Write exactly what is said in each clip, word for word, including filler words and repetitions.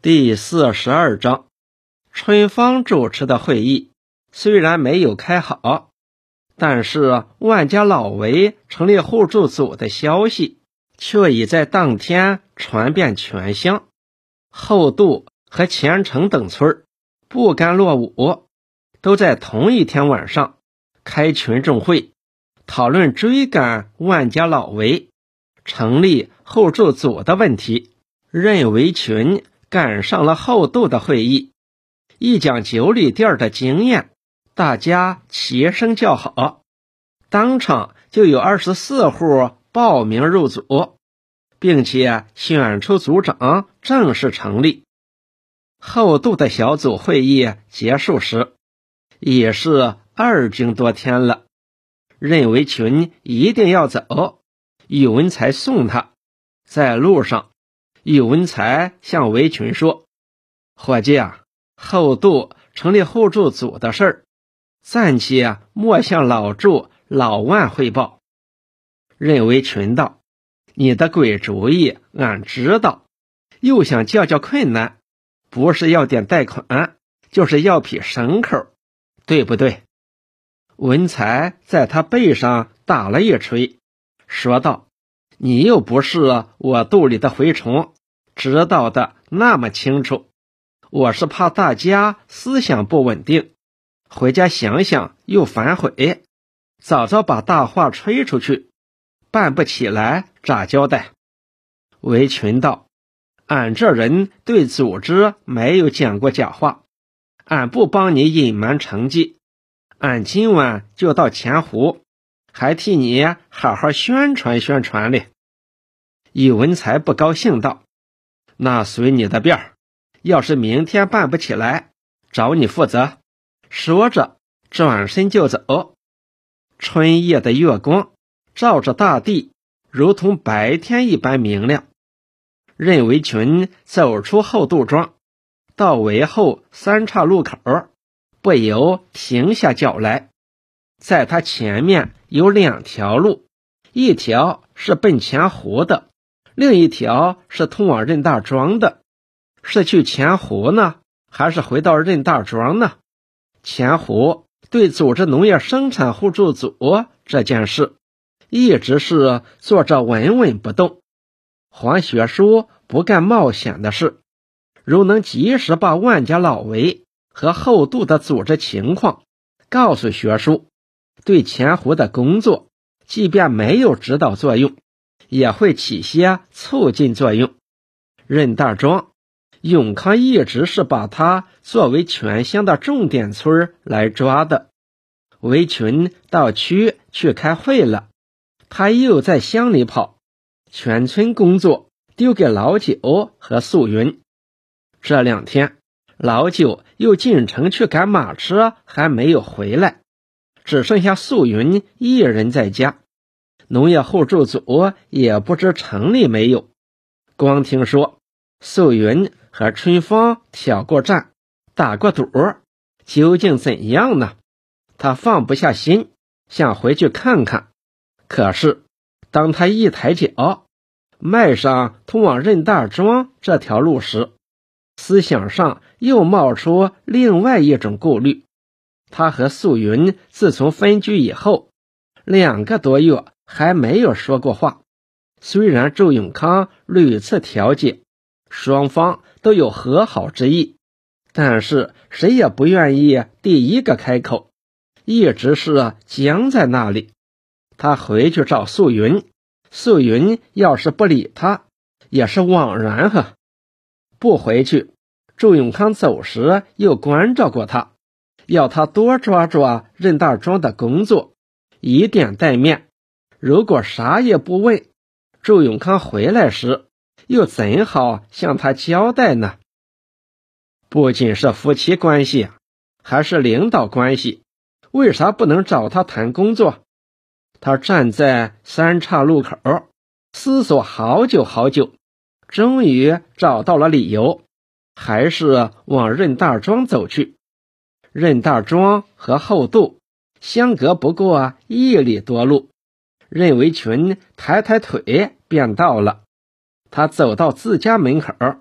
第四十二章，春芳主持的会议虽然没有开好，但是万家老围成立互助组的消息却已在当天传遍全乡。后渡和前城等村不甘落伍，都在同一天晚上开群众会，讨论追赶万家老围、成立互助组的问题。任维群赶上了后渡的会议，一讲九里店的经验，大家齐声叫好，当场就有二十四户报名入组，并且选出组长，正式成立。后渡的小组会议结束时，也是二更多天了。任维群一定要走，宇文才送他。在路上，宇文才向维群说：“伙计啊，后渡成立互助组的事儿，暂且莫向老祝、老万汇报。”任维群道：“你的鬼主意俺知道，又想叫叫困难，不是要点贷款，就是要匹牲口，对不对？”文才在他背上打了一锤，说道：“你又不是我肚里的蛔虫，知道的那么清楚。我是怕大家思想不稳定，回家想想又反悔，早早把大话吹出去，办不起来咋交代？”维群道：“俺这人对组织没有讲过假话，俺不帮你隐瞒成绩，俺今晚就到前湖，还替你好好宣传宣传哩。”宇文才不高兴道：“那随你的便儿，要是明天办不起来，找你负责。”说着转身就走。春夜的月光照着大地，如同白天一般明亮。任维群走出后渡庄，到围后三岔路口，不由停下脚来。在他前面有两条路，一条是奔前湖的，另一条是通往任大庄的。是去前湖呢，还是回到任大庄呢？前湖对组织农业生产互助组这件事一直是做着稳稳不动。黄学书不干冒险的事，如能及时把万家老围和后渡的组织情况告诉学书，对前湖的工作即便没有指导作用，也会起些促进作用。任大庄，永康一直是把它作为全乡的重点村来抓的。维群到区去开会了，他又在乡里跑，全村工作丢给老九和素云。这两天老九又进城去赶马车，还没有回来，只剩下素云一人在家。农业互助组也不知成立没有，光听说素云和春芳挑过战，打过赌，究竟怎样呢？他放不下心，想回去看看。可是当他一抬脚迈上通往任大庄这条路时，思想上又冒出另外一种顾虑。他和素云自从分居以后，两个多月还没有说过话。虽然周永康屡次调解，双方都有和好之意，但是谁也不愿意第一个开口，一直是僵在那里。他回去找素云，素云要是不理他，也是枉然呵。不回去，周永康走时又关照过他，要他多抓抓任大庄的工作，以点带面。如果啥也不问，周永康回来时又怎好向他交代呢？不仅是夫妻关系，还是领导关系，为啥不能找他谈工作？他站在三岔路口，思索好久好久，终于找到了理由，还是往任大庄走去。任大庄和后渡相隔不过一里多路，任维群抬抬腿便到了。他走到自家门口，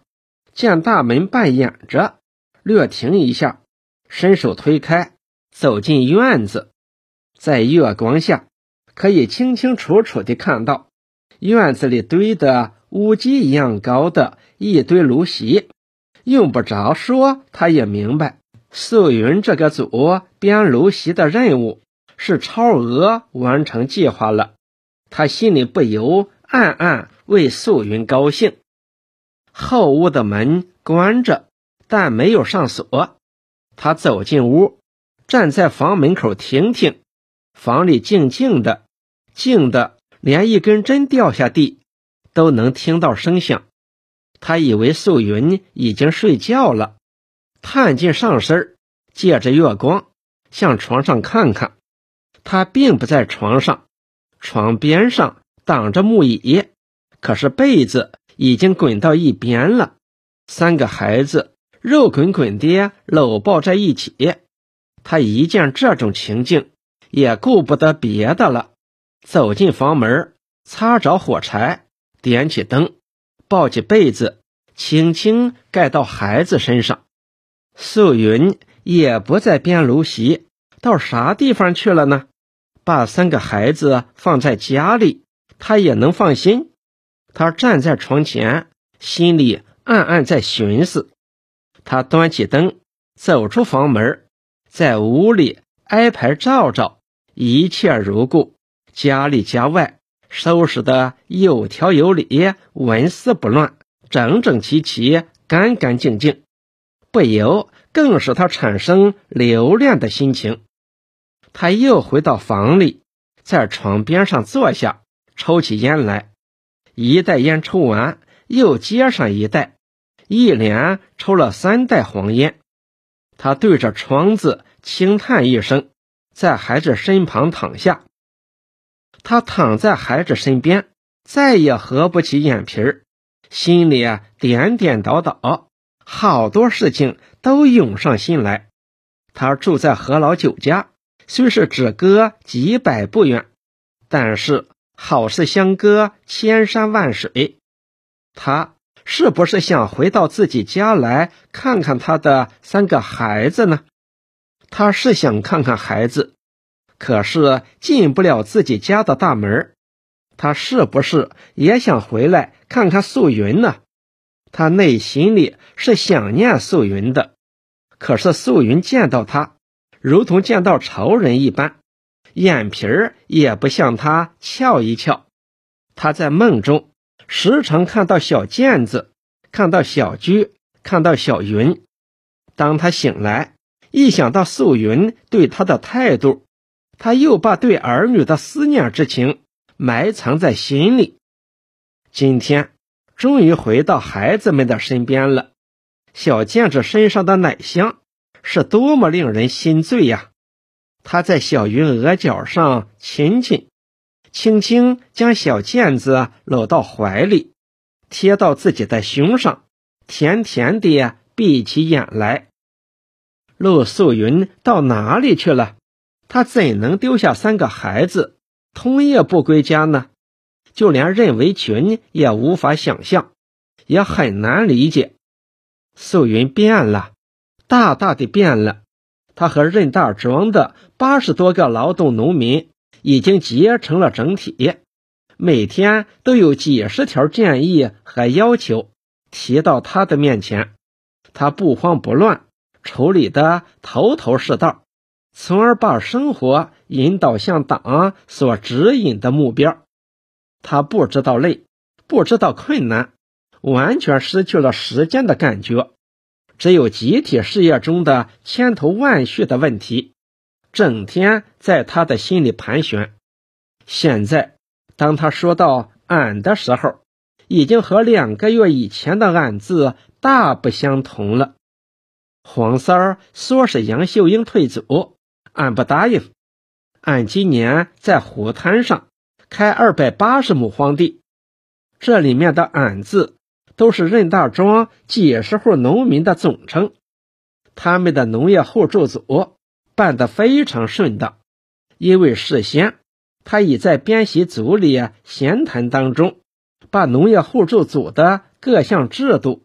见大门半掩着，略停一下，伸手推开，走进院子。在月光下，可以清清楚楚地看到院子里堆的屋脊一样高的一堆芦席。用不着说，他也明白素云这个组编芦席的任务是超额完成计划了。他心里不由暗暗为素云高兴。后屋的门关着，但没有上锁。他走进屋，站在房门口听听。房里静静的，静的连一根针掉下地都能听到声响。他以为素云已经睡觉了，探进上身，借着月光向床上看看。他并不在床上，床边上挡着木椅，可是被子已经滚到一边了。三个孩子肉滚滚地搂抱在一起。他一见这种情境，也顾不得别的了，走进房门，擦着火柴，点起灯，抱起被子，轻轻盖到孩子身上。素云也不再编芦席，到啥地方去了呢？把三个孩子放在家里，他也能放心。他站在床前，心里暗暗在寻思。他端起灯，走出房门，在屋里挨排照照，一切如故，家里家外收拾得有条有理，纹丝不乱，整整齐齐，干干净净，不由更使他产生留恋的心情。他又回到房里，在床边上坐下，抽起烟来。一袋烟抽完，又接上一袋，一连抽了三袋黄烟。他对着窗子轻叹一声，在孩子身旁躺下。他躺在孩子身边，再也合不起眼皮儿，心里啊点点倒倒，好多事情都涌上心来。他住在何老九家，虽是只隔几百步远，但是好似相隔千山万水。他是不是想回到自己家来看看他的三个孩子呢？他是想看看孩子，可是进不了自己家的大门。他是不是也想回来看看素云呢？他内心里是想念素云的，可是素云见到他如同见到仇人一般，眼皮儿也不向他翘一翘。他在梦中时常看到小健子，看到小居，看到小云。当他醒来，一想到素云对他的态度，他又把对儿女的思念之情埋藏在心里。今天终于回到孩子们的身边了，小健子身上的奶香是多么令人心醉呀！他在小云额角上亲亲，轻轻将小健子搂到怀里，贴到自己的胸上，甜甜地闭起眼来。陆素云到哪里去了？他怎能丢下三个孩子通夜不归家呢？就连任维群也无法想象，也很难理解。素云变了，大大的变了。他和任大庄的八十多个劳动农民已经结成了整体，每天都有几十条建议和要求提到他的面前，他不慌不乱，处理得头头是道，从而把生活引导向党所指引的目标。他不知道累，不知道困难，完全失去了时间的感觉，只有集体事业中的千头万绪的问题整天在他的心里盘旋。现在当他说到俺的时候，已经和两个月以前的俺字大不相同了。黄三儿说是杨秀英退组，俺不答应。俺今年在湖滩上开二百八十亩荒地，这里面的俺字都是任大庄几十户农民的总称。他们的农业互助组办得非常顺当，因为事先他已在编习组里闲谈当中，把农业互助组的各项制度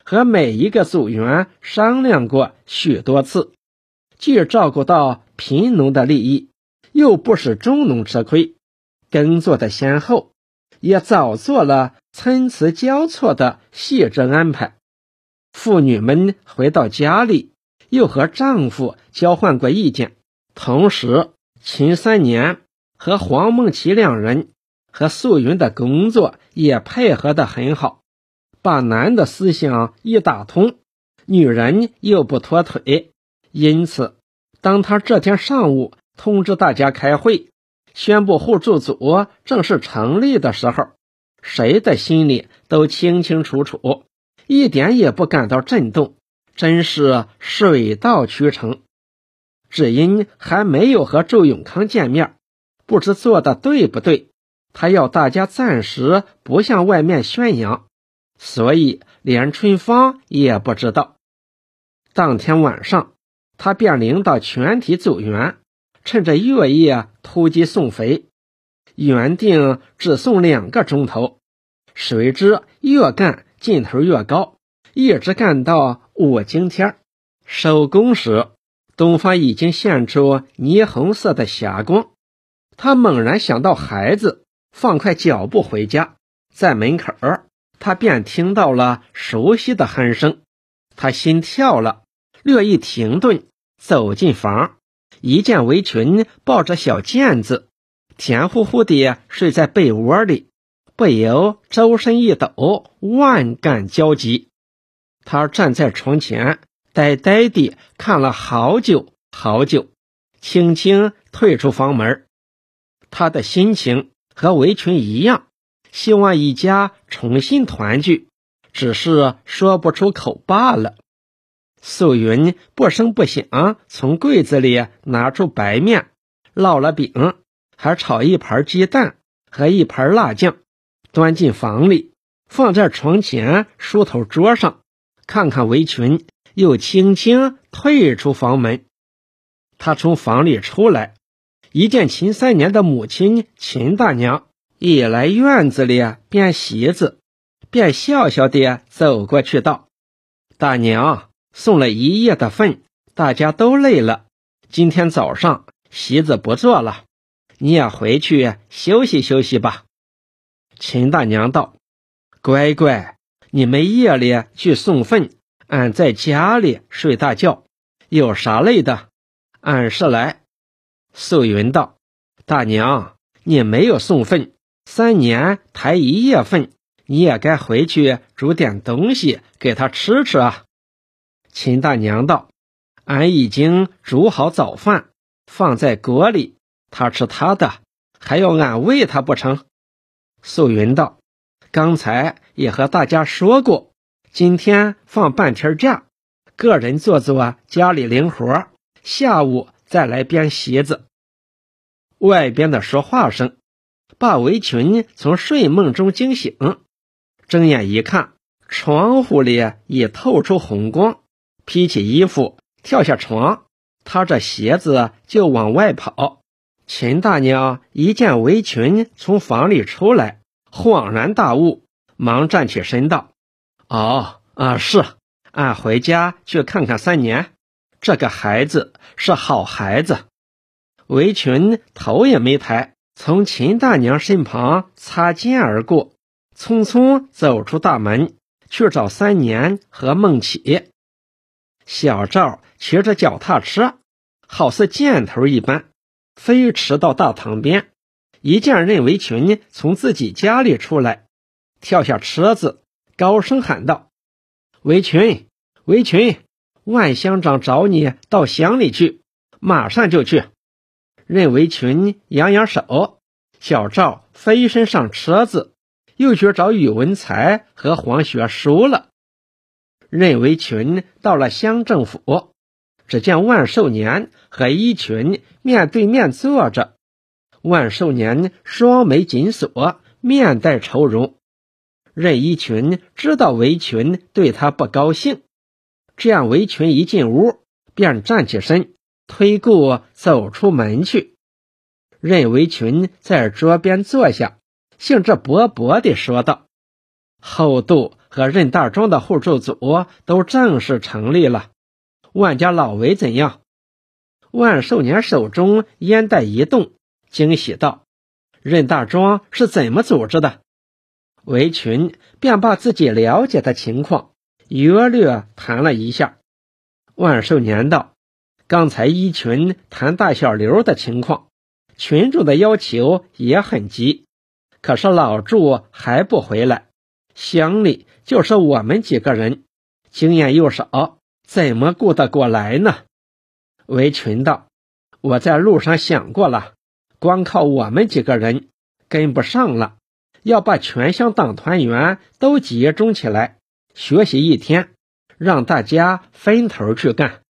和每一个组员商量过许多次，既照顾到贫农的利益，又不使中农吃亏，耕作的先后也早做了参差交错的细致安排。妇女们回到家里，又和丈夫交换过意见，同时秦三年和黄梦琪两人和素云的工作也配合得很好，把男的思想一打通，女人又不拖腿。因此当他这天上午通知大家开会，宣布互助组正式成立的时候，谁的心里都清清楚楚，一点也不感到震动，真是水到渠成。只因还没有和周永康见面，不知做的对不对，他要大家暂时不向外面宣扬，所以连春芳也不知道。当天晚上，他便领导全体组员趁着月夜突击送肥，原定只送两个钟头，谁知越干劲头越高，一直干到五更天。收工时，东方已经现出霓虹色的霞光，他猛然想到孩子，放快脚步回家。在门口，他便听到了熟悉的鼾声，他心跳了，略一停顿，走进房，一见围裙抱着小毽子，甜乎乎地睡在被窝里，不由周身一抖，万感交集。他站在床前，呆呆地看了好久好久，轻轻退出房门。他的心情和围裙一样，希望一家重新团聚，只是说不出口罢了。素云不声不响从柜子里拿出白面，烙了饼，还炒一盘鸡蛋和一盘辣酱，端进房里，放在床前梳头桌上，看看围裙，又轻轻退出房门。他从房里出来，一见秦三年的母亲秦大娘一来院子里编席子，便笑笑地走过去道：大娘，送了一夜的粪，大家都累了，今天早上席子不做了，你也回去休息休息吧。秦大娘道：乖乖，你们夜里去送粪，俺在家里睡大觉，有啥累的，俺是来。素云道：大娘，你没有送粪，三年抬一夜粪，你也该回去煮点东西给他吃吃啊。秦大娘道：俺已经煮好早饭，放在锅里，他吃他的，还要俺喂他不成？素云道：刚才也和大家说过，今天放半天假，个人做做家里零活，下午再来编席子。外边的说话声把围裙从睡梦中惊醒，睁眼一看，窗户里已透出红光，披起衣服跳下床，踏着鞋子就往外跑。秦大娘一见围裙从房里出来，恍然大悟，忙站起身道：哦啊，是，俺回家去看看三年，这个孩子是好孩子。围裙头也没抬，从秦大娘身旁擦肩而过，匆匆走出大门，去找三年和孟启。小赵骑着脚踏车，好似箭头一般，飞驰到大堂边，一见任围裙从自己家里出来，跳下车子，高声喊道：围裙，围裙，万乡长找你到乡里去，马上就去。任围裙扬扬手，小赵飞身上车子，又去找宇文才和黄学书了。任围裙到了乡政府，只见万寿年和一群面对面坐着，万寿年双眉紧锁，面带愁容。任一群知道围裙对他不高兴，这样围裙一进屋，便站起身，推顾走出门去。任围裙在桌边坐下，兴致勃勃地说道：厚度和任大庄的互助组都正式成立了。万家老韦怎样？万寿年手中烟袋一动，惊喜道：任大庄是怎么组织的？韦群便把自己了解的情况约略谈了一下。万寿年道：刚才一群谈大小刘的情况，群主的要求也很急，可是老祝还不回来，乡里就是我们几个人，经验又少，怎么顾得过来呢？韦群道：我在路上想过了，光靠我们几个人跟不上了，要把全乡党团员都集中起来，学习一天，让大家分头去干。